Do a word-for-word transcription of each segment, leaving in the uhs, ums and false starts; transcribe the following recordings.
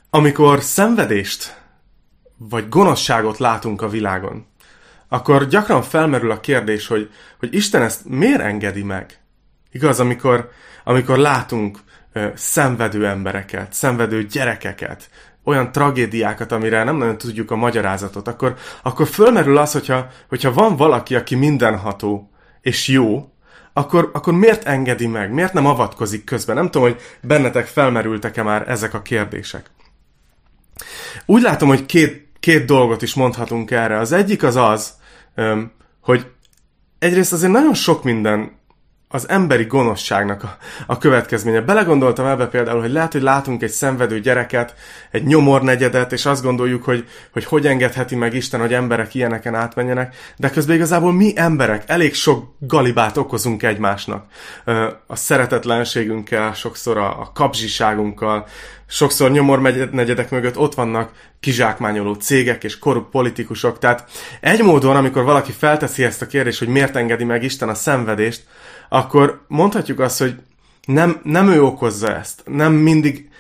Amikor szenvedést vagy gonoszságot látunk a világon, akkor gyakran felmerül a kérdés, hogy, hogy Isten ezt miért engedi meg? Igaz, amikor, amikor látunk ö, szenvedő embereket, szenvedő gyerekeket, olyan tragédiákat, amire nem nagyon tudjuk a magyarázatot, akkor, akkor fölmerül az, hogyha, hogyha van valaki, aki mindenható és jó, akkor, akkor miért engedi meg? Miért nem avatkozik közben? Nem tudom, hogy bennetek felmerültek-e már ezek a kérdések. Úgy látom, hogy két, két dolgot is mondhatunk erre. Az egyik az az, hogy egyrészt azért nagyon sok minden az emberi gonoszságnak a, a következménye. Belegondoltam ebbe például, hogy lehet, hogy látunk egy szenvedő gyereket, egy nyomornegyedet, és azt gondoljuk, hogy, hogy hogy engedheti meg Isten, hogy emberek ilyeneken átmenjenek, de közben igazából mi emberek elég sok galibát okozunk egymásnak. A szeretetlenségünkkel, sokszor a, a kapzsiságunkkal, sokszor nyomornegyedek mögött ott vannak kizsákmányoló cégek és korrupt politikusok. Tehát egy módon, amikor valaki felteszi ezt a kérdést, hogy miért engedi meg Isten a szenvedést, akkor mondhatjuk azt, hogy nem, nem ő okozza ezt. Nem mindig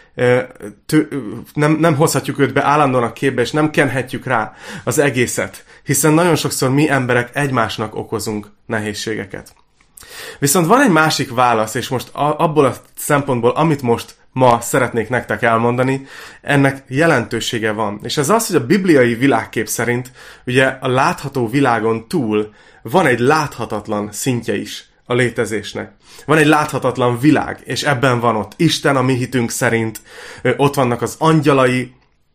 tő, nem, nem hozhatjuk őt be állandóan a képbe, és nem kenhetjük rá az egészet. Hiszen nagyon sokszor mi emberek egymásnak okozunk nehézségeket. Viszont van egy másik válasz, és most abból a szempontból, amit most ma szeretnék nektek elmondani, ennek jelentősége van. És ez az, hogy a bibliai világkép szerint ugye a látható világon túl van egy láthatatlan szintje is a létezésnek. Van egy láthatatlan világ, és ebben van ott Isten, a mi hitünk szerint, ott vannak az angyalai,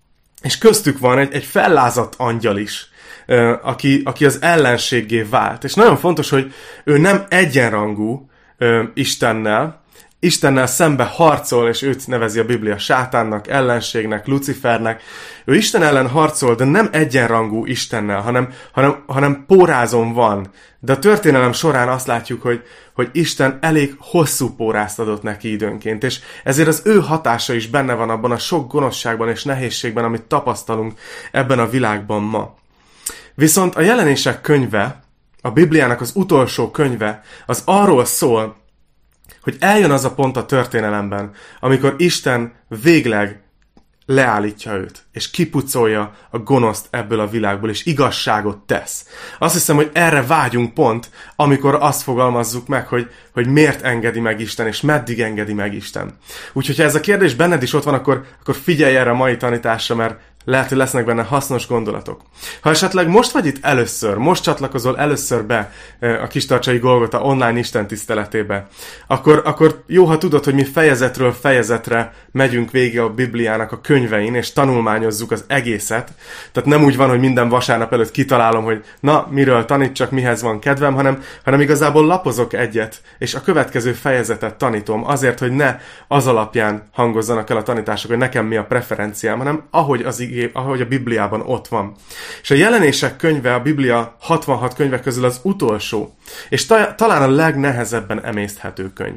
és köztük van egy, egy fellázadt angyal is, aki, aki az ellenséggé vált. És nagyon fontos, hogy ő nem egyenrangú Istennel, Istennel szembe harcol, és őt nevezi a Biblia sátánnak, ellenségnek, Lucifernek. Ő Isten ellen harcol, de nem egyenrangú Istennel, hanem, hanem, hanem pórázon van. De a történelem során azt látjuk, hogy, hogy Isten elég hosszú pórázt adott neki időnként, és ezért az ő hatása is benne van abban a sok gonoszságban és nehézségben, amit tapasztalunk ebben a világban ma. Viszont a Jelenések könyve, a Bibliának az utolsó könyve, az arról szól, hogy eljön az a pont a történelemben, amikor Isten végleg leállítja őt, és kipucolja a gonoszt ebből a világból, és igazságot tesz. Azt hiszem, hogy erre vágyunk pont, amikor azt fogalmazzuk meg, hogy, hogy miért engedi meg Isten, és meddig engedi meg Isten. Úgyhogy ha ez a kérdés benned is ott van, akkor, akkor figyelj erre a mai tanításra, mert lehet, hogy lesznek benne hasznos gondolatok. Ha esetleg most vagy itt először, most csatlakozol először be a Kistarcsai Golgota online istentiszteletébe, akkor, akkor jó, ha tudod, hogy mi fejezetről fejezetre megyünk végig a Bibliának a könyvein, és tanulmányozzuk az egészet. Tehát nem úgy van, hogy minden vasárnap előtt kitalálom, hogy na, miről tanítsak, mihez van kedvem, hanem, hanem igazából lapozok egyet, és a következő fejezetet tanítom, azért, hogy ne az alapján hangozzanak el a tanítások, hogy nekem mi a preferenciám, hanem ahogy az igé, ahogy a Bibliában ott van. És a Jelenések könyve a Biblia hatvanhat könyvek közül az utolsó, és ta- talán a legnehezebben emészthető könyv.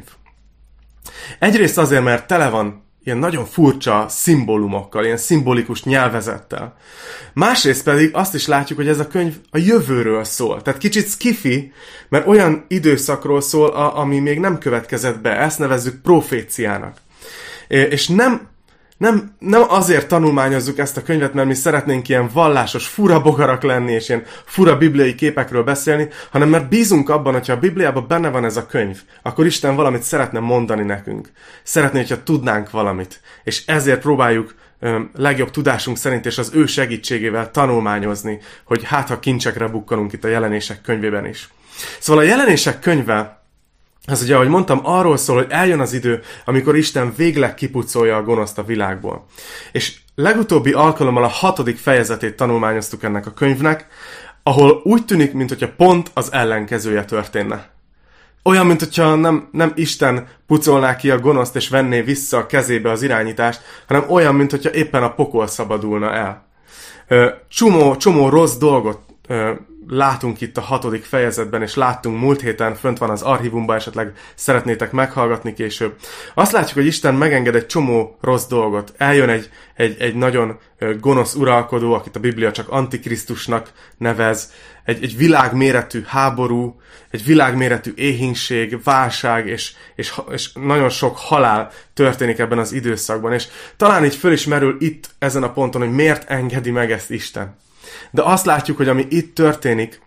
Egyrészt azért, mert tele van ilyen nagyon furcsa szimbólumokkal, ilyen szimbolikus nyelvezettel. Másrészt pedig azt is látjuk, hogy ez a könyv a jövőről szól. Tehát kicsit skifi, mert olyan időszakról szól, a, ami még nem következett be. Ezt nevezzük proféciának. És nem Nem, nem azért tanulmányozzuk ezt a könyvet, mert mi szeretnénk ilyen vallásos fura bogarak lenni, és ilyen fura bibliai képekről beszélni, hanem mert bízunk abban, hogyha a Bibliában benne van ez a könyv, akkor Isten valamit szeretne mondani nekünk. Szeretné, hogyha tudnánk valamit. És ezért próbáljuk ö, legjobb tudásunk szerint és az ő segítségével tanulmányozni, hogy hát ha kincsekre bukkanunk itt a Jelenések könyvében is. Szóval a Jelenések könyve az ugye, ahogy mondtam, arról szól, hogy eljön az idő, amikor Isten végleg kipucolja a gonoszt a világból. És legutóbbi alkalommal a hatodik fejezetét tanulmányoztuk ennek a könyvnek, ahol úgy tűnik, mintha pont az ellenkezője történne. Olyan, mintha nem, nem Isten pucolná ki a gonoszt és venné vissza a kezébe az irányítást, hanem olyan, mintha éppen a pokol szabadulna el. Csomó, csomó rossz dolgot látunk itt a hatodik fejezetben, és láttunk múlt héten, fönt van az archívumban, esetleg szeretnétek meghallgatni később. Azt látjuk, hogy Isten megenged egy csomó rossz dolgot. Eljön egy, egy, egy nagyon gonosz uralkodó, akit a Biblia csak Antikrisztusnak nevez, egy, egy világméretű háború, egy világméretű éhínség, válság, és, és, és nagyon sok halál történik ebben az időszakban. És talán így föl is merül itt ezen a ponton, hogy miért engedi meg ezt Isten. De azt látjuk, hogy ami itt történik,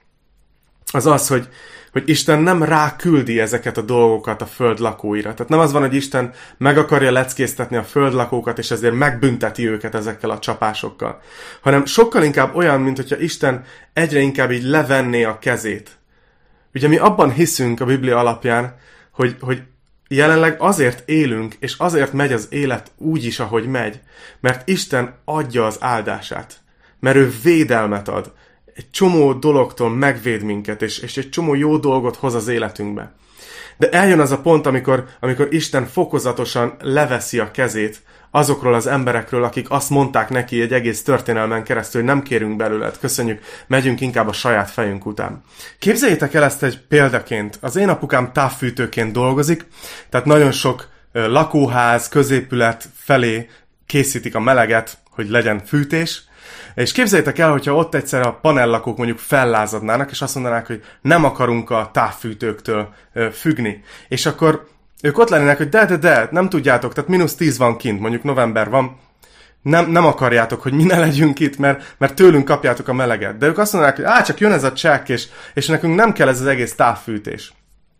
az az, hogy, hogy Isten nem ráküldi ezeket a dolgokat a föld lakóira. Tehát nem az van, hogy Isten meg akarja leckéztetni a föld lakókat, és ezért megbünteti őket ezekkel a csapásokkal. Hanem sokkal inkább olyan, mint hogyha Isten egyre inkább így levenné a kezét. Ugye mi abban hiszünk a Biblia alapján, hogy, hogy jelenleg azért élünk, és azért megy az élet úgy is, ahogy megy, mert Isten adja az áldását. Mert ő védelmet ad. Egy csomó dologtól megvéd minket, és, és egy csomó jó dolgot hoz az életünkbe. De eljön az a pont, amikor, amikor Isten fokozatosan leveszi a kezét azokról az emberekről, akik azt mondták neki egy egész történelmen keresztül, hogy nem kérünk belőled, köszönjük, megyünk inkább a saját fejünk után. Képzeljétek el ezt egy példaként. Az én apukám távfűtőként dolgozik, tehát nagyon sok lakóház, középület felé készítik a meleget, hogy legyen fűtés. És képzeljétek el, hogyha ott egyszer a panellakók mondjuk fellázadnának, és azt mondanák, hogy nem akarunk a távfűtőktől ö, függni. És akkor ők ott lennének, hogy de, de, de, nem tudjátok, tehát mínusz tíz van kint, mondjuk november van, nem, nem akarjátok, hogy mi ne legyünk itt, mert, mert tőlünk kapjátok a meleget. De ők azt mondanák, hogy á, csak jön ez a csekk, és, és nekünk nem kell ez az egész távfűtés.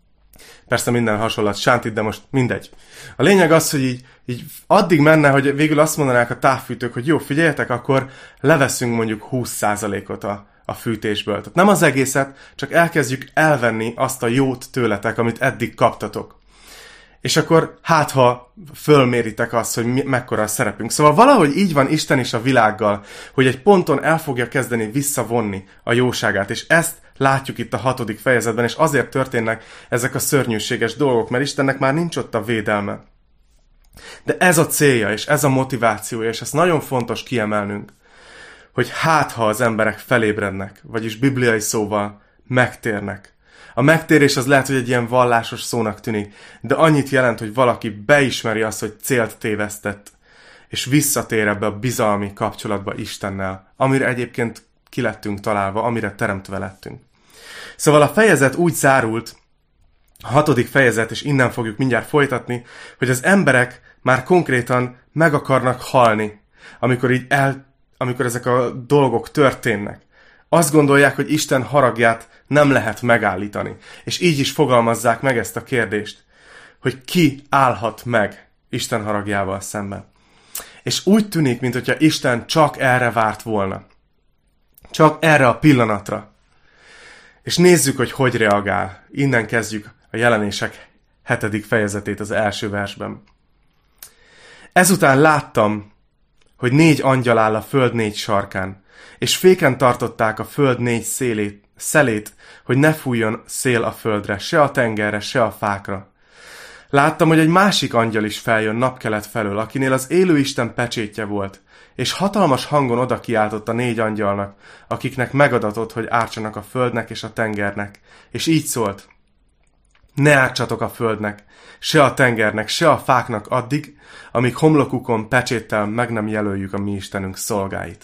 Persze minden hasonlat sántit, de most mindegy. A lényeg az, hogy így, így addig menne, hogy végül azt mondanák a távfűtők, hogy jó, figyeljetek, akkor leveszünk mondjuk húsz százalékot a, a fűtésből. Tehát nem az egészet, csak elkezdjük elvenni azt a jót tőletek, amit eddig kaptatok. És akkor hát, ha fölméritek azt, hogy mi, mekkora a szerepünk. Szóval valahogy így van Isten is a világgal, hogy egy ponton el fogja kezdeni visszavonni a jóságát, és ezt látjuk itt a hatodik fejezetben, és azért történnek ezek a szörnyűséges dolgok, mert Istennek már nincs ott a védelme. De ez a célja, és ez a motivációja, és ezt nagyon fontos kiemelnünk, hogy hát, ha az emberek felébrednek, vagyis bibliai szóval megtérnek. A megtérés az lehet, hogy egy ilyen vallásos szónak tűnik, de annyit jelent, hogy valaki beismeri azt, hogy célt tévesztett, és visszatér ebbe a bizalmi kapcsolatba Istennel, amire egyébként ki lettünk találva, amire teremtve lettünk. Szóval a fejezet úgy zárult, a hatodik fejezet, és innen fogjuk mindjárt folytatni, hogy az emberek már konkrétan meg akarnak halni, amikor így el, amikor ezek a dolgok történnek. Azt gondolják, hogy Isten haragját nem lehet megállítani. És így is fogalmazzák meg ezt a kérdést, hogy ki állhat meg Isten haragjával szemben. És úgy tűnik, mintha Isten csak erre várt volna. Csak erre a pillanatra. És nézzük, hogy hogy reagál. Innen kezdjük a Jelenések hetedik fejezetét az első versben. Ezután láttam, hogy négy angyal áll a föld négy sarkán, és féken tartották a föld négy szélét, szelét, hogy ne fújjon szél a földre, se a tengerre, se a fákra. Láttam, hogy egy másik angyal is feljön napkelet felől, akinél az élő Isten pecsétje volt, és hatalmas hangon oda kiáltott a négy angyalnak, akiknek megadatott, hogy ártsanak a földnek és a tengernek. És így szólt: ne ártsatok a földnek, se a tengernek, se a fáknak addig, amíg homlokukon pecséttel meg nem jelöljük a mi Istenünk szolgáit.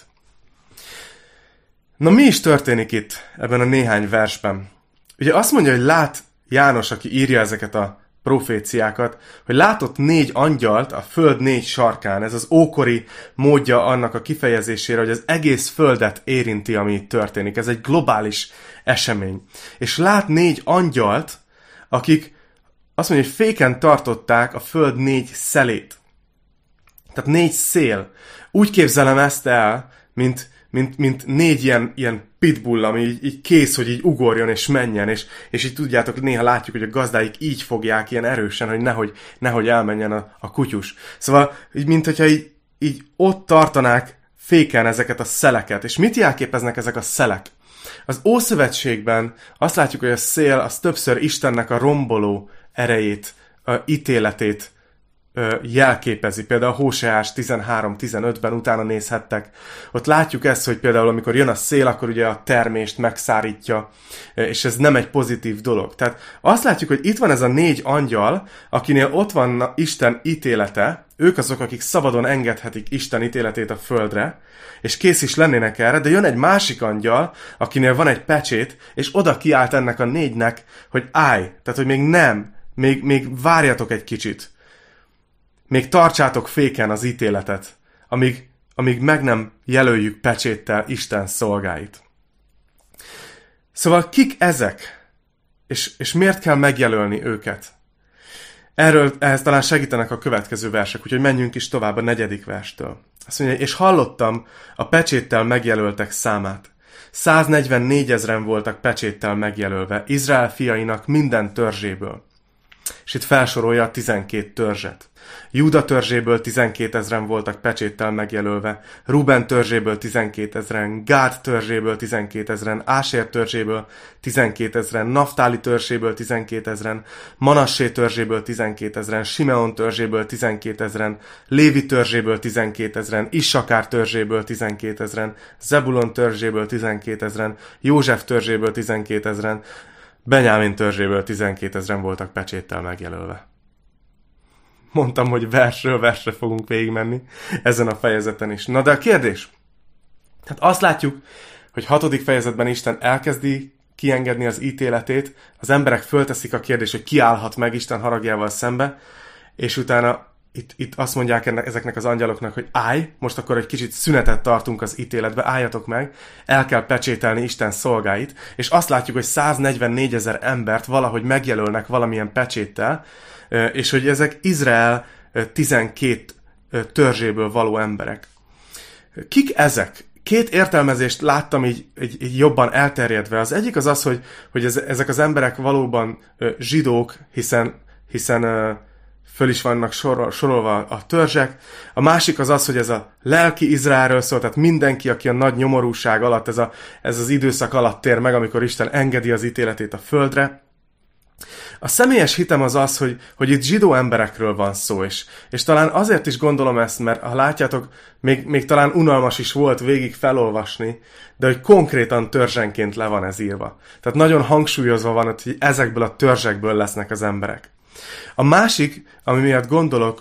Na, mi is történik itt ebben a néhány versben? Ugye azt mondja, hogy lát János, aki írja ezeket a proféciákat, hogy látott négy angyalt a föld négy sarkán. Ez az ókori módja annak a kifejezésére, hogy az egész földet érinti, ami itt történik. Ez egy globális esemény. És lát négy angyalt, akik azt mondja, hogy féken tartották a föld négy szelét. Tehát négy szél. Úgy képzelem ezt el, mint, mint, mint négy ilyen, ilyen pitbull, ami így, így kész, hogy így ugorjon és menjen, és, és így tudjátok, néha látjuk, hogy a gazdáik így fogják ilyen erősen, hogy nehogy, nehogy elmenjen a, a kutyus. Szóval, így, mint hogyha így, így ott tartanák féken ezeket a szeleket. És mit jelképeznek ezek a szelek? Az Ószövetségben azt látjuk, hogy a szél az többször Istennek a romboló erejét, a ítéletét ö, jelképezi. Például a Hóseás tizenhárom tizenötben utána nézhettek. Ott látjuk ezt, hogy például amikor jön a szél, akkor ugye a termést megszárítja, és ez nem egy pozitív dolog. Tehát azt látjuk, hogy itt van ez a négy angyal, akinél ott van Isten ítélete, ők azok, akik szabadon engedhetik Isten ítéletét a földre, és kész is lennének erre, de jön egy másik angyal, akinél van egy pecsét, és oda kiállt ennek a négynek, hogy állj, tehát hogy még nem, még, még várjatok egy kicsit. Még tartsátok féken az ítéletet, amíg, amíg meg nem jelöljük pecséttel Isten szolgáit. Szóval kik ezek? És, és miért kell megjelölni őket? Erről ehhez talán segítenek a következő versek, úgyhogy menjünk is tovább a negyedik verstől. Azt mondja, és hallottam a pecséttel megjelöltek számát. száznegyvennégyezren voltak pecséttel megjelölve, Izrael fiainak minden törzséből. És itt felsorolja a tizenkét törzset. Júda törzséből tizenkétezren voltak pecséttel megjelölve, Ruben törzséből tizenkétezren, Gád törzséből tizenkétezren, Ásér törzséből tizenkétezren, Naftáli törzséből tizenkétezren, Manassé törzséből tizenkétezren, Simeon törzséből tizenkétezren, Lévi törzséből tizenkétezren, Issakár törzséből tizenkétezren, Zebulon törzséből tizenkétezren, József törzséből tizenkétezren, Benyámin törzséből tizenkétezren voltak pecséttel megjelölve. Mondtam, hogy versről versre fogunk végigmenni ezen a fejezeten is. Na de a kérdés? Hát azt látjuk, hogy hatodik fejezetben Isten elkezdi kiengedni az ítéletét, az emberek fölteszik a kérdést, hogy ki állhat meg Isten haragjával szembe, és utána itt, itt azt mondják ennek, ezeknek az angyaloknak, hogy állj, most akkor egy kicsit szünetet tartunk az ítéletbe, álljatok meg, el kell pecsételni Isten szolgáit, és azt látjuk, hogy száznegyvennégyezer embert valahogy megjelölnek valamilyen pecséttel, és hogy ezek Izrael tizenkét törzséből való emberek. Kik ezek? Két értelmezést láttam így, így, így jobban elterjedve. Az egyik az az, hogy, hogy ez, ezek az emberek valóban zsidók, hiszen, hiszen föl is vannak sorol, sorolva a törzsek. A másik az az, hogy ez a lelki Izraelről szól, tehát mindenki, aki a nagy nyomorúság alatt, ez, a, ez az időszak alatt tér meg, amikor Isten engedi az ítéletét a földre. A személyes hitem az az, hogy, hogy itt zsidó emberekről van szó, és, és talán azért is gondolom ezt, mert ha látjátok, még, még talán unalmas is volt végig felolvasni, de hogy konkrétan törzsenként le van ez írva. Tehát nagyon hangsúlyozva van, hogy ezekből a törzsekből lesznek az emberek. A másik, ami miatt gondolok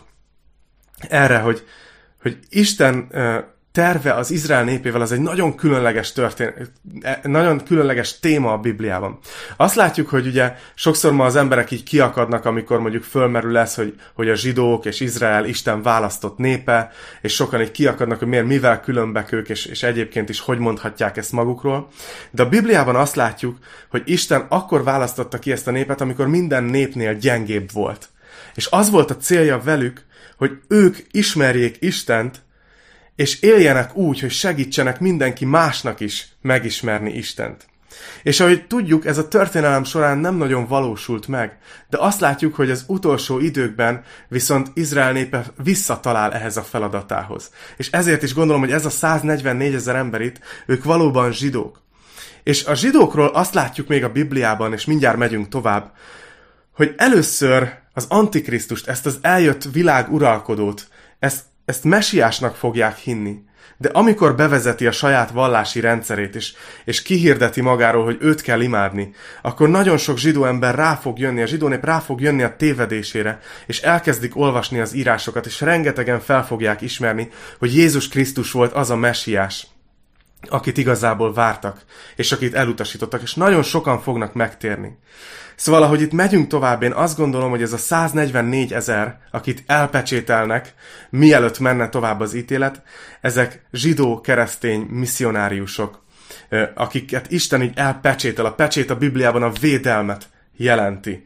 erre, hogy, hogy Isten terve az Izrael népével, az egy nagyon különleges történet, nagyon különleges téma a Bibliában. Azt látjuk, hogy ugye sokszor ma az emberek így kiakadnak, amikor mondjuk fölmerül lesz, hogy, hogy a zsidók és Izrael Isten választott népe, és sokan így kiakadnak, hogy miért, mivel különbek ők, és, és egyébként is hogy mondhatják ezt magukról. De a Bibliában azt látjuk, hogy Isten akkor választotta ki ezt a népet, amikor minden népnél gyengébb volt. És az volt a célja velük, hogy ők ismerjék Istent, és éljenek úgy, hogy segítsenek mindenki másnak is megismerni Istent. És ahogy tudjuk, ez a történelem során nem nagyon valósult meg, de azt látjuk, hogy az utolsó időkben viszont Izrael népe visszatalál ehhez a feladatához. És ezért is gondolom, hogy ez a száznegyvennégyezer ember itt, ők valóban zsidók. És a zsidókról azt látjuk még a Bibliában, és mindjárt megyünk tovább, hogy először az Antikrisztust, ezt az eljött világ uralkodót, ezt Ezt mesiásnak fogják hinni. De amikor bevezeti a saját vallási rendszerét, és, és kihirdeti magáról, hogy őt kell imádni, akkor nagyon sok zsidó ember rá fog jönni, a zsidó nép rá fog jönni a tévedésére, és elkezdik olvasni az írásokat, és rengetegen fel fogják ismerni, hogy Jézus Krisztus volt az a mesiás, akit igazából vártak, és akit elutasítottak, és nagyon sokan fognak megtérni. Szóval, ahogy itt megyünk tovább, én azt gondolom, hogy ez a száznegyvennégyezer, akit elpecsételnek, mielőtt menne tovább az ítélet, ezek zsidó keresztény misszionáriusok, akiket Isten így elpecsétel. A pecsét a Bibliában a védelmet jelenti.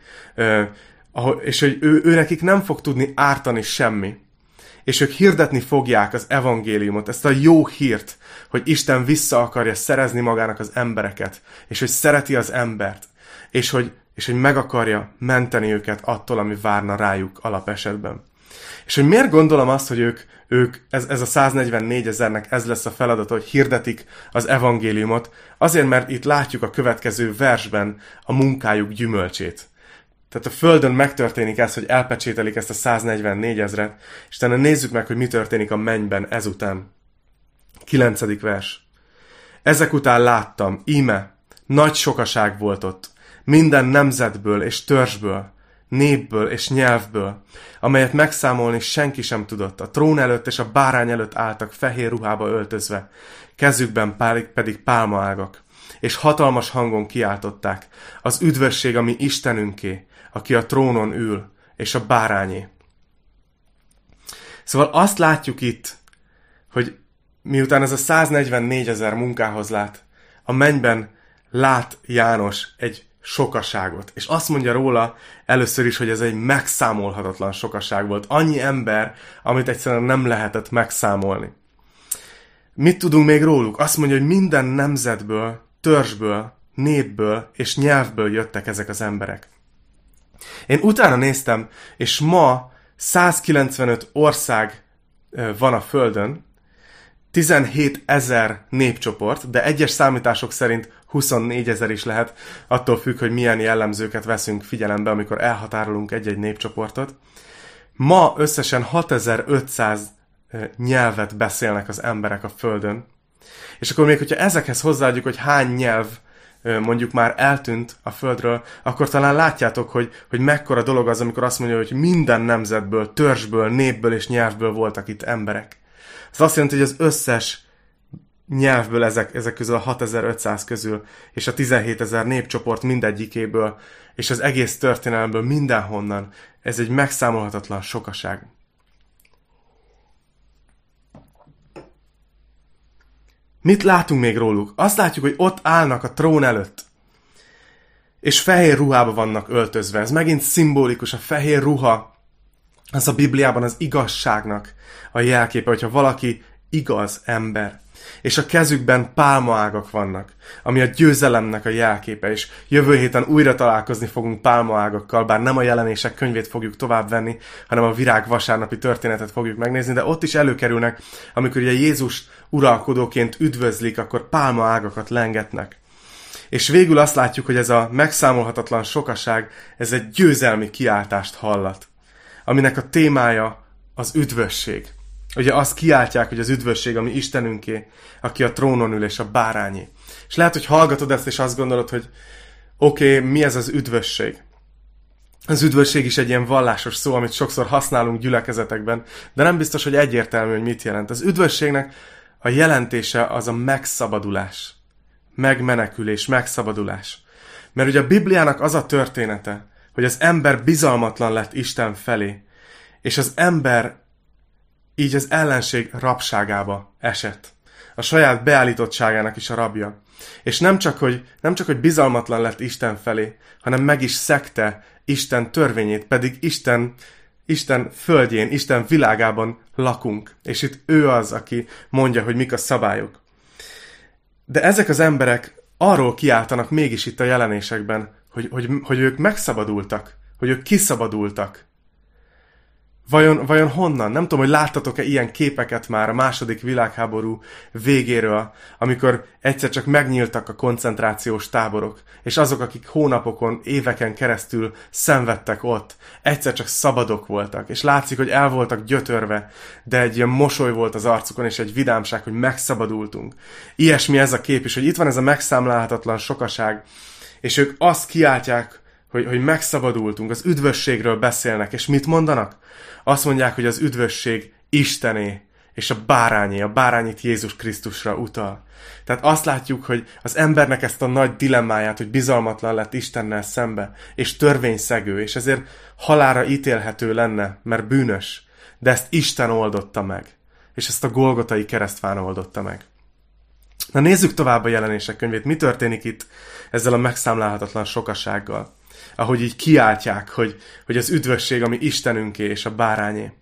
És hogy ő, ő nekik nem fog tudni ártani semmi. És ők hirdetni fogják az evangéliumot, ezt a jó hírt, hogy Isten vissza akarja szerezni magának az embereket, és hogy szereti az embert, és hogy és hogy meg akarja menteni őket attól, ami várna rájuk alapesetben. És hogy miért gondolom azt, hogy ők, ők ez, ez a száznegyvennégyezernek ez lesz a feladata, hogy hirdetik az evangéliumot, azért, mert itt látjuk a következő versben a munkájuk gyümölcsét. Tehát a földön megtörténik ez, hogy elpecsételik ezt a száznegyvennégy ezret, és utána nézzük meg, hogy mi történik a mennyben ezután. Kilencedik vers. Ezek után láttam, íme, nagy sokaság volt ott, minden nemzetből és törzsből, népből és nyelvből, amelyet megszámolni senki sem tudott. A trón előtt és a bárány előtt álltak fehér ruhába öltözve, kezükben pedig pálmaágak, és hatalmas hangon kiáltották, az üdvösség a mi Istenünké, aki a trónon ül, és a bárányé. Szóval azt látjuk itt, hogy miután ez a száznegyvennégy ezer munkához lát, a mennyben lát János egy sokaságot. És azt mondja róla először is, hogy ez egy megszámolhatatlan sokaság volt. Annyi ember, amit egyszerűen nem lehetett megszámolni. Mit tudunk még róluk? Azt mondja, hogy minden nemzetből, törzsből, népből és nyelvből jöttek ezek az emberek. Én utána néztem, és ma százkilencvenöt ország van a Földön, tizenhét ezer népcsoport, de egyes számítások szerint huszonnégy ezer is lehet, attól függ, hogy milyen jellemzőket veszünk figyelembe, amikor elhatárolunk egy-egy népcsoportot. Ma összesen hatezer-ötszáz nyelvet beszélnek az emberek a Földön. És akkor még, hogyha ezekhez hozzáadjuk, hogy hány nyelv mondjuk már eltűnt a Földről, akkor talán látjátok, hogy, hogy mekkora dolog az, amikor azt mondja, hogy minden nemzetből, törzsből, népből és nyelvből voltak itt emberek. Ez azt jelenti, hogy az összes nyelvből ezek, ezek közül a hatezer-ötszáz közül, és a tizenhét ezer népcsoport mindegyikéből, és az egész történelemből mindenhonnan, ez egy megszámolhatatlan sokaság. Mit látunk még róluk? Azt látjuk, hogy ott állnak a trón előtt, és fehér ruhába vannak öltözve. Ez megint szimbolikus, a fehér ruha, az a Bibliában az igazságnak a jelképe, hogyha valaki igaz ember. És a kezükben pálmaágak vannak, ami a győzelemnek a jelképe, és jövő héten újra találkozni fogunk pálmaágakkal, bár nem a Jelenések könyvét fogjuk továbbvenni, hanem a virág vasárnapi történetet fogjuk megnézni, de ott is előkerülnek, amikor ugye Jézus uralkodóként üdvözlik, akkor pálmaágakat lengetnek. És végül azt látjuk, hogy ez a megszámolhatatlan sokaság, ez egy győzelmi kiáltást hallat, aminek a témája az üdvösség. Ugye azt kiáltják, hogy az üdvösség, ami Istenünké, aki a trónon ül és a bárányé. És lehet, hogy hallgatod ezt, és azt gondolod, hogy oké, okay, mi ez az üdvösség? Az üdvösség is egy ilyen vallásos szó, amit sokszor használunk gyülekezetekben, de nem biztos, hogy egyértelmű, hogy mit jelent. Az üdvösségnek a jelentése az a megszabadulás, megmenekülés, megszabadulás. Mert ugye a Bibliának az a története, hogy az ember bizalmatlan lett Isten felé, és az ember így az ellenség rabságába esett. A saját beállítottságának is a rabja. És nem csak, hogy, nem csak, hogy bizalmatlan lett Isten felé, hanem meg is szegte Isten törvényét, pedig Isten, Isten földjén, Isten világában lakunk. És itt ő az, aki mondja, hogy mik a szabályok. De ezek az emberek arról kiáltanak mégis itt a jelenésekben, hogy, hogy, hogy ők megszabadultak, hogy ők kiszabadultak. Vajon, vajon honnan? Nem tudom, hogy láttatok-e ilyen képeket már a második világháború végéről, amikor egyszer csak megnyíltak a koncentrációs táborok, és azok, akik hónapokon, éveken keresztül szenvedtek ott, egyszer csak szabadok voltak, és látszik, hogy el voltak gyötörve, de egy ilyen mosoly volt az arcukon, és egy vidámság, hogy megszabadultunk. Ilyesmi ez a kép is, hogy itt van ez a megszámlálhatatlan sokaság, és ők azt kiáltják, hogy, hogy megszabadultunk, az üdvösségről beszélnek, és mit mondanak? Azt mondják, hogy az üdvösség Istené, és a bárányé, a bárányit Jézus Krisztusra utal. Tehát azt látjuk, hogy az embernek ezt a nagy dilemmáját, hogy bizalmatlan lett Istennel szembe, és törvényszegő, és ezért halálra ítélhető lenne, mert bűnös, de ezt Isten oldotta meg, és ezt a Golgotai keresztfán oldotta meg. Na nézzük tovább a Jelenések könyvét, mi történik itt ezzel a megszámlálhatatlan sokasággal, ahogy így kiáltják, hogy, hogy az üdvösség, ami Istenünké és a bárányé.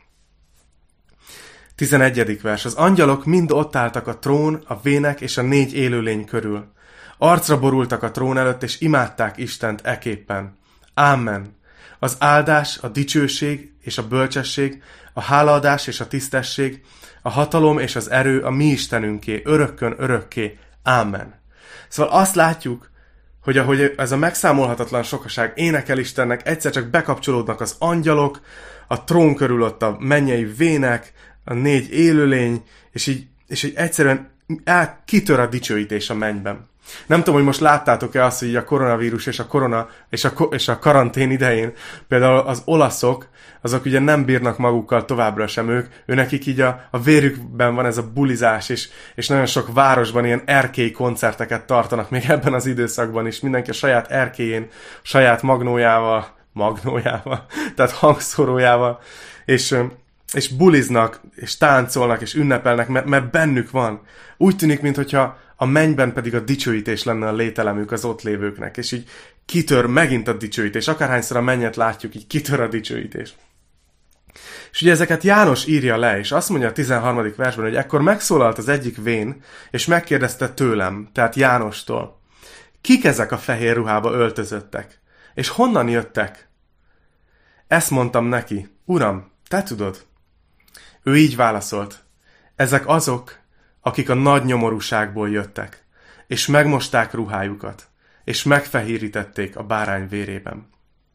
tizenegyedik vers. Az angyalok mind ott álltak a trón, a vének és a négy élőlény körül. Arcra borultak a trón előtt, és imádták Istent eképpen. Ámen. Az áldás, a dicsőség és a bölcsesség, a hálaadás és a tisztesség, a hatalom és az erő a mi Istenünké, örökkön örökké. Ámen. Szóval azt látjuk, hogy ahogy ez a megszámolhatatlan sokaság énekel Istennek, egyszer csak bekapcsolódnak az angyalok, a trón körül ott a mennyei vének, a négy élőlény, és így, és így egyszerűen el, kitör a dicsőítés a mennyben. Nem tudom, hogy most láttátok-e azt, hogy a koronavírus és a korona és a, és a karantén idején például az olaszok, azok ugye nem bírnak magukkal továbbra sem ők, őnekik így a, a vérükben van ez a bulizás, és, és nagyon sok városban ilyen erkély koncerteket tartanak még ebben az időszakban is, mindenki a saját erkélyén, saját magnójával, magnójával, tehát hangszorójával, és, és buliznak, és táncolnak, és ünnepelnek, mert, mert bennük van. Úgy tűnik, mintha a mennyben pedig a dicsőítés lenne a lételemük az ott lévőknek, és így kitör megint a dicsőítés. Akárhányszor a mennyet látjuk, így kitör a dicsőítés. És ugye ezeket János írja le, és azt mondja a tizenharmadik versben, hogy ekkor megszólalt az egyik vén, és megkérdezte tőlem, tehát Jánostól, kik ezek a fehér ruhába öltözöttek, és honnan jöttek? Ezt mondtam neki, Uram, te tudod. Ő így válaszolt, ezek azok, akik a nagy nyomorúságból jöttek, és megmosták ruhájukat, és megfehérítették a bárány vérében.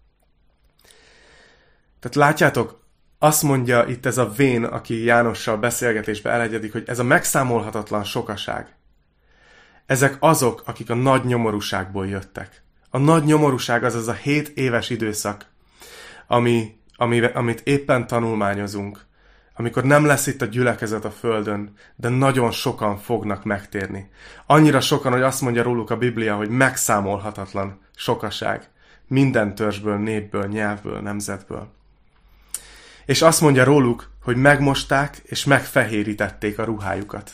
Tehát látjátok, azt mondja itt ez a vén, aki Jánossal beszélgetésbe elegyedik, hogy ez a megszámolhatatlan sokaság. Ezek azok, akik a nagy nyomorúságból jöttek. A nagy nyomorúság az az a hét éves időszak, ami, ami, amit éppen tanulmányozunk, amikor nem lesz itt a gyülekezet a földön, de nagyon sokan fognak megtérni. Annyira sokan, hogy azt mondja róluk a Biblia, hogy megszámolhatatlan sokaság. Minden törzsből, népből, nyelvből, nemzetből. És azt mondja róluk, hogy megmosták és megfehérítették a ruhájukat.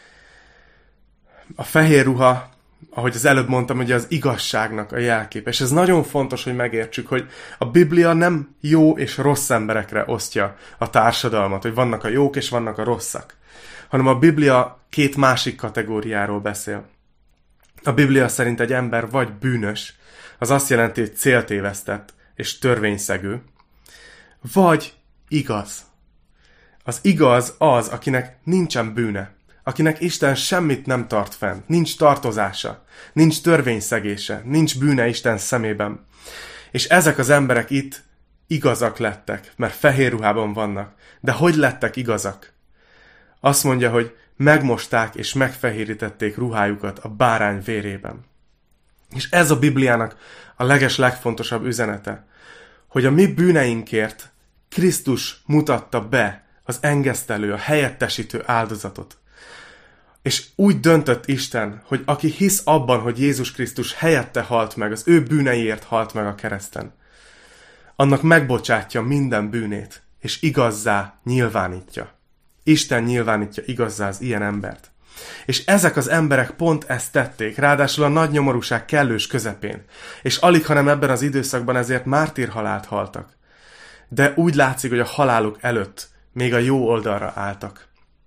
A fehér ruha, ahogy az előbb mondtam, ugye az igazságnak a jelkép. És ez nagyon fontos, hogy megértsük, hogy a Biblia nem jó és rossz emberekre osztja a társadalmat, hogy vannak a jók és vannak a rosszak, hanem a Biblia két másik kategóriáról beszél. A Biblia szerint egy ember vagy bűnös, az azt jelenti, hogy céltévesztett és törvényszegő, vagy igaz. Az igaz az, akinek nincsen bűne, akinek Isten semmit nem tart fenn, nincs tartozása, nincs törvényszegése, nincs bűne Isten szemében. És ezek az emberek itt igazak lettek, mert fehér ruhában vannak. De hogy lettek igazak? Azt mondja, hogy megmosták és megfehérítették ruhájukat a bárány vérében. És ez a Bibliának a leges legfontosabb üzenete, hogy a mi bűneinkért Krisztus mutatta be az engesztelő, a helyettesítő áldozatot. És úgy döntött Isten, hogy aki hisz abban, hogy Jézus Krisztus helyette halt meg, az ő bűneiért halt meg a kereszten, annak megbocsátja minden bűnét, és igazzá nyilvánítja. Isten nyilvánítja igazzá az ilyen embert. És ezek az emberek pont ezt tették, ráadásul a nagy nyomorúság kellős közepén, és alig, hanem ebben az időszakban ezért mártírhalált haltak. De úgy látszik, hogy a haláluk előtt még a jó oldalra álltak.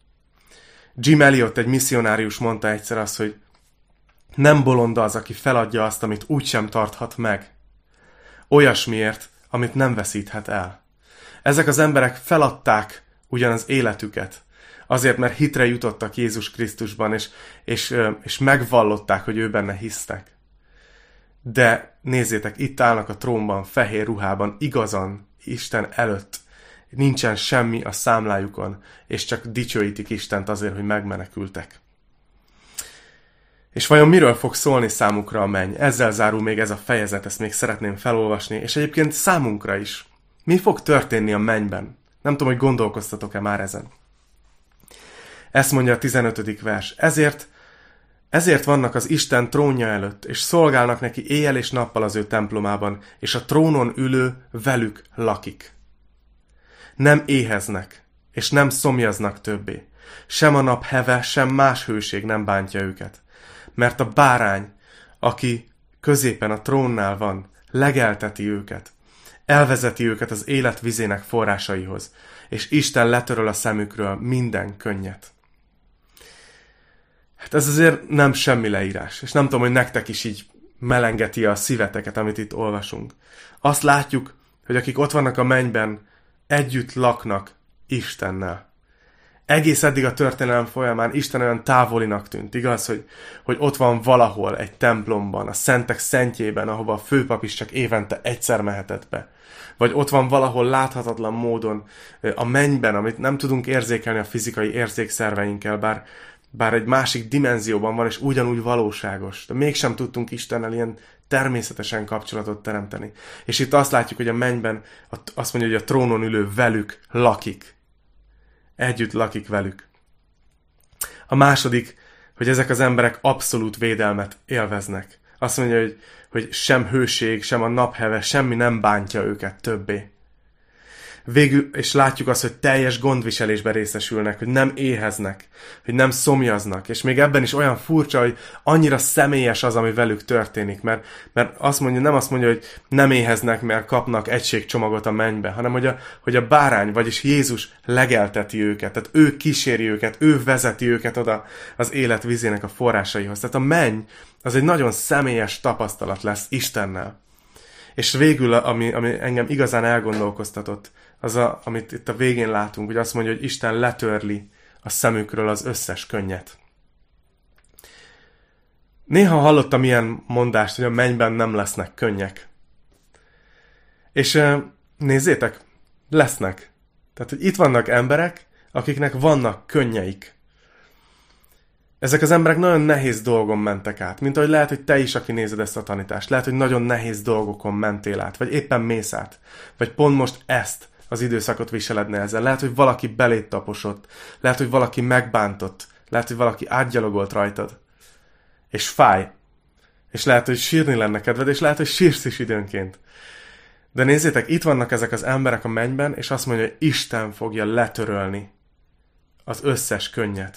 Jim Elliot, egy misszionárius mondta egyszer azt, hogy nem bolond az, aki feladja azt, amit úgysem tarthat meg. Olyasmiért, amit nem veszíthet el. Ezek az emberek feladták ugyan az életüket, azért, mert hitre jutottak Jézus Krisztusban, és, és, és megvallották, hogy ő benne hisztek. De nézzétek, itt állnak a trónban, fehér ruhában, igazan, Isten előtt. Nincsen semmi a számlájukon, és csak dicsőítik Istent azért, hogy megmenekültek. És vajon miről fog szólni számukra a menny? Ezzel zárul még ez a fejezet, ezt még szeretném felolvasni, és egyébként számunkra is. Mi fog történni a mennyben? Nem tudom, hogy gondolkoztatok-e már ezen. Ezt mondja a tizenötödik vers. Ezért, ezért vannak az Isten trónja előtt, és szolgálnak neki éjjel és nappal az ő templomában, és a trónon ülő velük lakik. Nem éheznek, és nem szomjaznak többé. Sem a nap heve, sem más hőség nem bántja őket. Mert a bárány, aki középen a trónnál van, legelteti őket. Elvezeti őket az élet vizének forrásaihoz, és Isten letöröl a szemükről minden könnyet. Hát ez azért nem semmi leírás, és nem tudom, hogy nektek is így melengeti a szíveteket, amit itt olvasunk. Azt látjuk, hogy akik ott vannak a mennyben, együtt laknak Istennel. Egész eddig a történelem folyamán Isten olyan távolinak tűnt, igaz, hogy, hogy ott van valahol egy templomban, a szentek szentjében, ahova a főpap is csak évente egyszer mehetett be. Vagy ott van valahol láthatatlan módon a mennyben, amit nem tudunk érzékelni a fizikai érzékszerveinkkel, bár, bár egy másik dimenzióban van, és ugyanúgy valóságos. De mégsem tudtunk Istennel ilyen természetesen kapcsolatot teremteni. És itt azt látjuk, hogy a mennyben azt mondja, hogy a trónon ülő velük lakik. Együtt lakik velük. A második, hogy ezek az emberek abszolút védelmet élveznek. Azt mondja, hogy, hogy sem hőség, sem a napheve, semmi nem bántja őket többé. Végül, és látjuk azt, hogy teljes gondviselésben részesülnek, hogy nem éheznek, hogy nem szomjaznak, és még ebben is olyan furcsa, hogy annyira személyes az, ami velük történik, mert, mert azt mondja, nem azt mondja, hogy nem éheznek, mert kapnak egységcsomagot a mennybe, hanem hogy a, hogy a bárány, vagyis Jézus legelteti őket, tehát ő kíséri őket, ő vezeti őket oda az élet vizének a forrásaihoz. Tehát a menny az egy nagyon személyes tapasztalat lesz Istennel. És végül, ami, ami engem igazán elgondolkoztatott, az, a, amit itt a végén látunk, hogy azt mondja, hogy Isten letörli a szemükről az összes könnyet. Néha hallottam ilyen mondást, hogy a mennyben nem lesznek könnyek. És nézzétek, lesznek. Tehát, hogy itt vannak emberek, akiknek vannak könnyeik. Ezek az emberek nagyon nehéz dolgon mentek át, mint ahogy lehet, hogy te is, aki nézed ezt a tanítást. Lehet, hogy nagyon nehéz dolgokon mentél át, vagy éppen mész át. Vagy pont most ezt az időszakot viseled nehezen. Lehet, hogy valaki beléd taposott. Lehet, hogy valaki megbántott. Lehet, hogy valaki átgyalogolt rajtad. És fáj. És lehet, hogy sírni lenne kedved, és lehet, hogy sírsz is időnként. De nézzétek, itt vannak ezek az emberek a mennyben, és azt mondja, hogy Isten fogja letörölni az összes könnyet.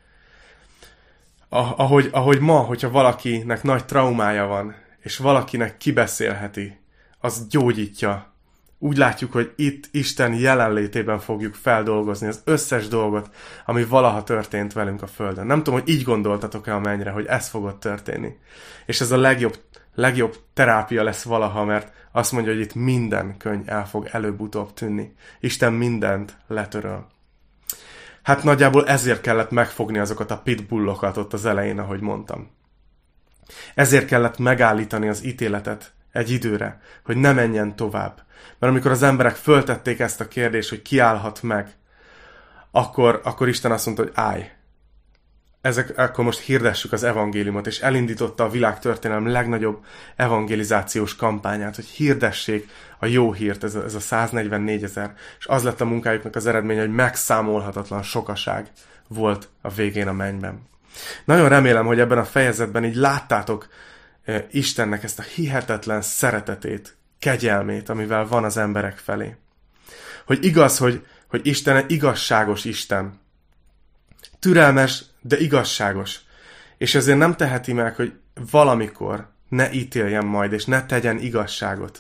Ahogy, ahogy ma, hogyha valakinek nagy traumája van, és valakinek kibeszélheti, az gyógyítja. Úgy látjuk, hogy itt Isten jelenlétében fogjuk feldolgozni az összes dolgot, ami valaha történt velünk a Földön. Nem tudom, hogy így gondoltatok-e a mennyre, hogy ez fogott történni. És ez a legjobb, legjobb terápia lesz valaha, mert azt mondja, hogy itt minden könny el fog előbb-utóbb tűnni. Isten mindent letöröl. Hát nagyjából ezért kellett megfogni azokat a pitbullokat ott az elején, ahogy mondtam. Ezért kellett megállítani az ítéletet egy időre, hogy ne menjen tovább. Mert amikor az emberek föltették ezt a kérdést, hogy ki állhat meg, akkor, akkor Isten azt mondta, hogy állj. Ezek, akkor most hirdessük az evangéliumot, és elindította a világtörténelem legnagyobb evangelizációs kampányát, hogy hirdessék a jó hírt, ez a, ez a száznegyvennégy ezer, és az lett a munkájuknak az eredménye, hogy megszámolhatatlan sokaság volt a végén a mennyben. Nagyon remélem, hogy ebben a fejezetben így láttátok eh, Istennek ezt a hihetetlen szeretetét, kegyelmét, amivel van az emberek felé. Hogy igaz, hogy, hogy Isten egy igazságos Isten. Türelmes, de igazságos. És ezért nem teheti meg, hogy valamikor ne ítéljen majd, és ne tegyen igazságot.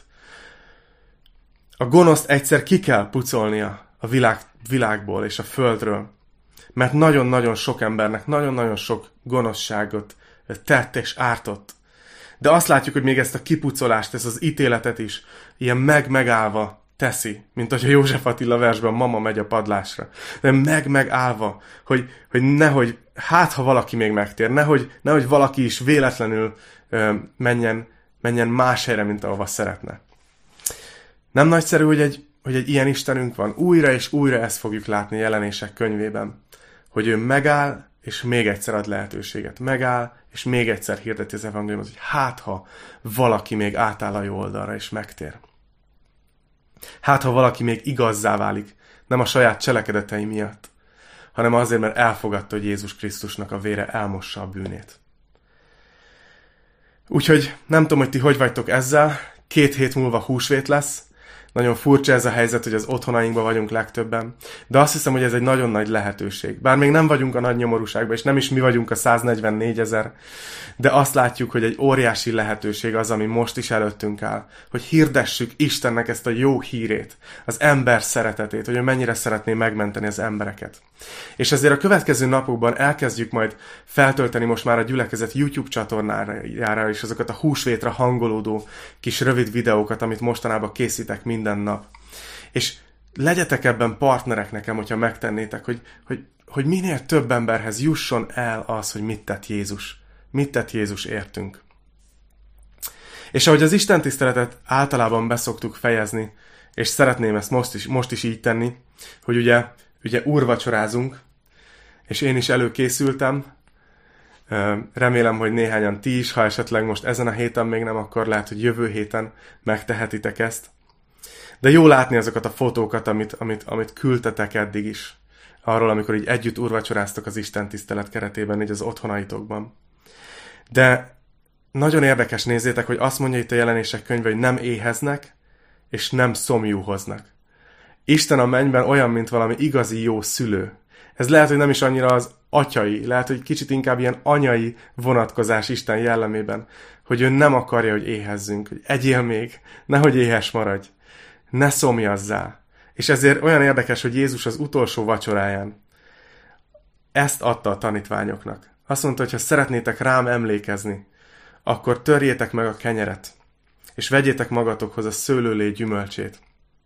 A gonoszt egyszer ki kell pucolnia a világ, világból és a földről. Mert nagyon-nagyon sok embernek nagyon-nagyon sok gonoszságot tett és ártott. De azt látjuk, hogy még ezt a kipucolást, ezt az ítéletet is ilyen meg-megállva teszi, mint hogy a József Attila versben mama megy a padlásra. De meg-megállva, hogy, hogy nehogy, hát ha valaki még megtér, nehogy, nehogy valaki is véletlenül ö, menjen, menjen más helyre, mint ahova szeretne. Nem nagyszerű, hogy egy, hogy egy ilyen Istenünk van. Újra és újra ezt fogjuk látni Jelenések könyvében, hogy ő megáll, és még egyszer ad lehetőséget. Megáll, és még egyszer hirdeti az evangéliumot, hogy hát ha valaki még átáll a jó oldalra, és megtér. Hát ha valaki még igazzá válik, nem a saját cselekedetei miatt, hanem azért, mert elfogadta, hogy Jézus Krisztusnak a vére elmossa a bűnét. Úgyhogy nem tudom, hogy ti hogy vagytok ezzel, két hét múlva húsvét lesz, nagyon furcsa ez a helyzet, hogy az otthonainkban vagyunk legtöbben, de azt hiszem, hogy ez egy nagyon nagy lehetőség. Bár még nem vagyunk a nagy nyomorúságban, és nem is mi vagyunk a száznegyvennégy ezer, de azt látjuk, hogy egy óriási lehetőség az, ami most is előttünk áll, hogy hirdessük Istennek ezt a jó hírét, az ember szeretetét, hogy ő mennyire szeretné megmenteni az embereket. És ezért a következő napokban elkezdjük majd feltölteni most már a gyülekezet YouTube csatornájára is azokat a húsvétra hangolódó kis rövid videókat, amit mostanában készítek minden nap. És legyetek ebben partnerek nekem, hogyha megtennétek, hogy, hogy hogy minél több emberhez jusson el az, hogy mit tett Jézus. Mit tett Jézus értünk. És ahogy az Isten tiszteletet általában beszoktuk fejezni, és szeretném ezt most is, most is így tenni, hogy ugye, ugye úrvacsorázunk, és én is előkészültem. Remélem, hogy néhányan ti is, ha esetleg most ezen a héten még nem, akkor lehet, hogy jövő héten megtehetitek ezt. De jó látni azokat a fotókat, amit, amit, amit küldtetek eddig is. Arról, amikor így együtt úrvacsoráztok az Isten tisztelet keretében, így az otthonaitokban. De nagyon érdekes, nézzétek, hogy azt mondja itt a Jelenések könyve, hogy nem éheznek, és nem szomjúhoznak. Isten a mennyben olyan, mint valami igazi jó szülő. Ez lehet, hogy nem is annyira az atyai, lehet, hogy kicsit inkább ilyen anyai vonatkozás Isten jellemében, hogy ő nem akarja, hogy éhezzünk, hogy egyél még, nehogy éhes maradj, ne szomjazzál. És ezért olyan érdekes, hogy Jézus az utolsó vacsoráján ezt adta a tanítványoknak. Azt mondta, hogy ha szeretnétek rám emlékezni, akkor törjétek meg a kenyeret, és vegyétek magatokhoz a szőlőlé gyümölcsét.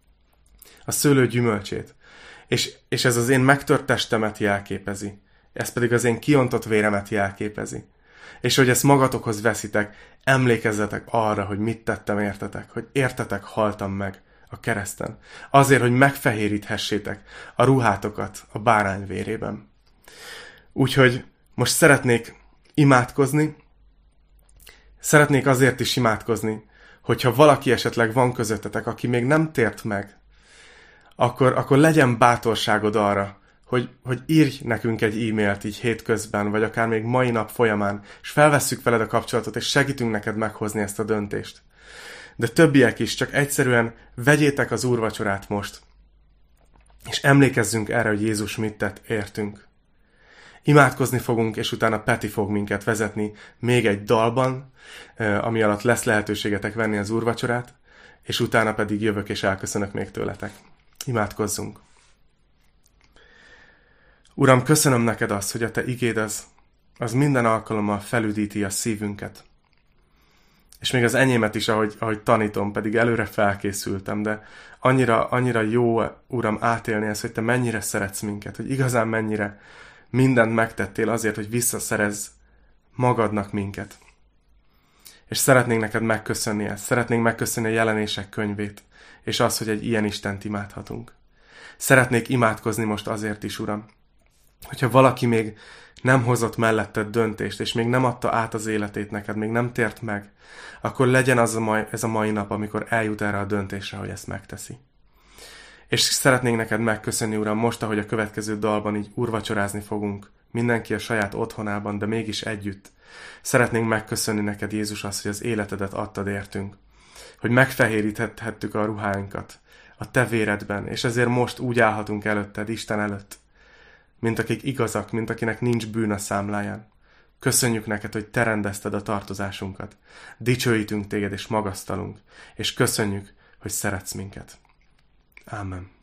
A szőlő gyümölcsét. És, és ez az én megtört testemet jelképezi. Ez pedig az én kiontott véremet jelképezi. És hogy ezt magatokhoz veszitek, emlékezzetek arra, hogy mit tettem értetek, hogy értetek haltam meg a kereszten. Azért, hogy megfehéríthessétek a ruhátokat a bárány vérében. Úgyhogy most szeretnék imádkozni, szeretnék azért is imádkozni, hogyha valaki esetleg van közöttetek, aki még nem tért meg, akkor, akkor legyen bátorságod arra, hogy, hogy írj nekünk egy e-mailt így hétközben, vagy akár még mai nap folyamán, és felvesszük veled a kapcsolatot, és segítünk neked meghozni ezt a döntést. De többiek is, csak egyszerűen vegyétek az úrvacsorát most, és emlékezzünk erre, hogy Jézus mit tett értünk. Imádkozni fogunk, és utána Peti fog minket vezetni még egy dalban, ami alatt lesz lehetőségetek venni az úrvacsorát, és utána pedig jövök és elköszönök még tőletek. Imádkozzunk! Uram, köszönöm neked azt, hogy a te igéd az, az minden alkalommal felüdíti a szívünket. És még az enyémet is, ahogy, ahogy tanítom, pedig előre felkészültem, de annyira, annyira jó, Uram, átélni ezt, hogy te mennyire szeretsz minket, hogy igazán mennyire mindent megtettél azért, hogy visszaszerezz magadnak minket. És szeretnénk neked megköszönni ezt, szeretnénk megköszönni a Jelenések könyvét, és az, hogy egy ilyen Istent imádhatunk. Szeretnék imádkozni most azért is, Uram, hogyha valaki még nem hozott melletted döntést, és még nem adta át az életét neked, még nem tért meg, akkor legyen az a mai, ez a mai nap, amikor eljut erre a döntésre, hogy ezt megteszi. És szeretnénk neked megköszönni, Uram, most, ahogy a következő dalban így úrvacsorázni fogunk, mindenki a saját otthonában, de mégis együtt. Szeretnénk megköszönni neked, Jézus, azt, hogy az életedet adtad értünk, hogy megfehéríthettük a ruháinkat a te véredben, és ezért most úgy állhatunk előtted, Isten előtt, mint akik igazak, mint akinek nincs bűn a számláján. Köszönjük neked, hogy te rendezted a tartozásunkat. Dicsőítünk téged és magasztalunk, és köszönjük, hogy szeretsz minket. Ámen.